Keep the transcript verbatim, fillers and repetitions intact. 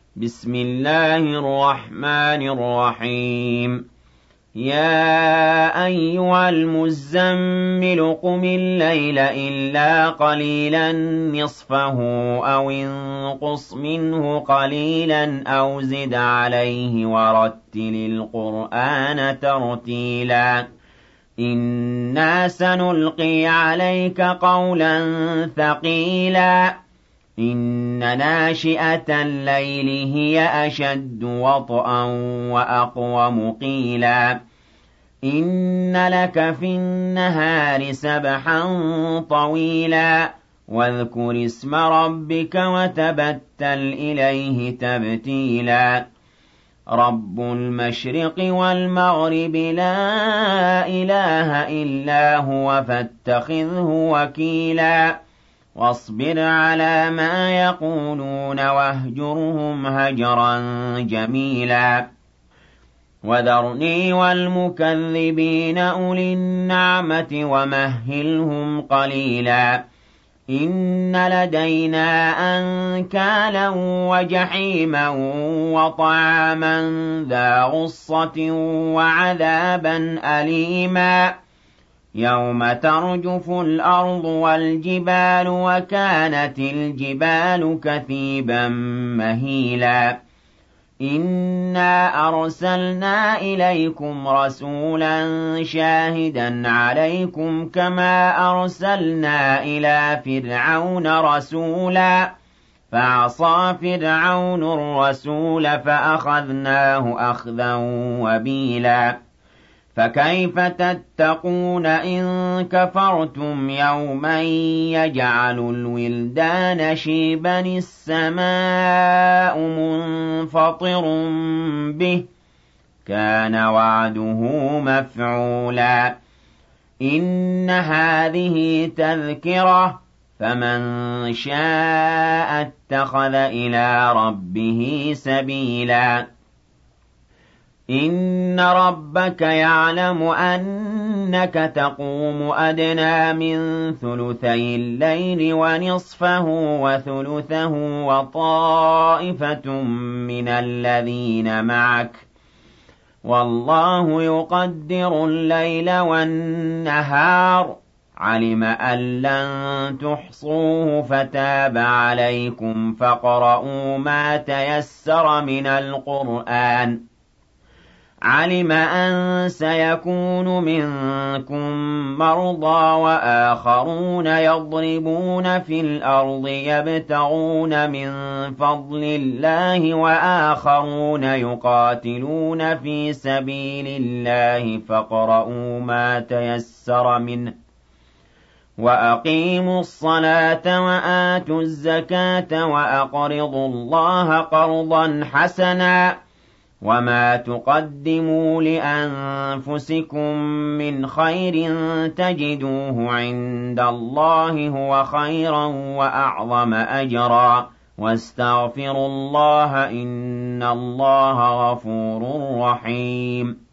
بسم الله الرحمن الرحيم يا أيها المزمل قم الليل إلا قليلا نصفه أو انقص منه قليلا أو زد عليه ورتل القرآن ترتيلا إنا سنلقي عليك قولا ثقيلا إن ناشئة الليل هي أشد وطئا وأقوم قيلا إن لك في النهار سبحا طويلا واذكر اسم ربك وتبتل إليه تبتيلا رب المشرق والمغرب لا إله إلا هو فاتخذه وكيلا واصبر على ما يقولون واهجرهم هجرا جميلا وذرني والمكذبين أولي النعمة ومهلهم قليلا إن لدينا أنكالا وجحيما وطعاما ذا غصة وعذابا أليما يوم ترجف الأرض والجبال وكانت الجبال كثيبا مهيلا إنا أرسلنا إليكم رسولا شاهدا عليكم كما أرسلنا إلى فرعون رسولا فعصى فرعون الرسول فأخذناه أخذا وبيلا فكيف تتقون إن كفرتم يوما يجعل الولدان شيبا السماء منفطر به كان وعده مفعولا إن هذه تذكرة فمن شاء اتخذ إلى ربه سبيلا إن ربك يعلم أنك تقوم أدنى من ثلثي الليل ونصفه وثلثه وطائفة من الذين معك والله يقدر الليل والنهار علم أن لن تحصوه فتاب عليكم فاقرؤوا ما تيسر من القرآن علم أن سيكون منكم مرضى وآخرون يضربون في الأرض يبتغون من فضل الله وآخرون يقاتلون في سبيل الله فاقرؤوا ما تيسر منه وأقيموا الصلاة وآتوا الزكاة وأقرضوا الله قرضا حسنا وما تقدموا لأنفسكم من خير تجدوه عند الله هو خيرا وأعظم أجرا واستغفروا الله إن الله غفور رحيم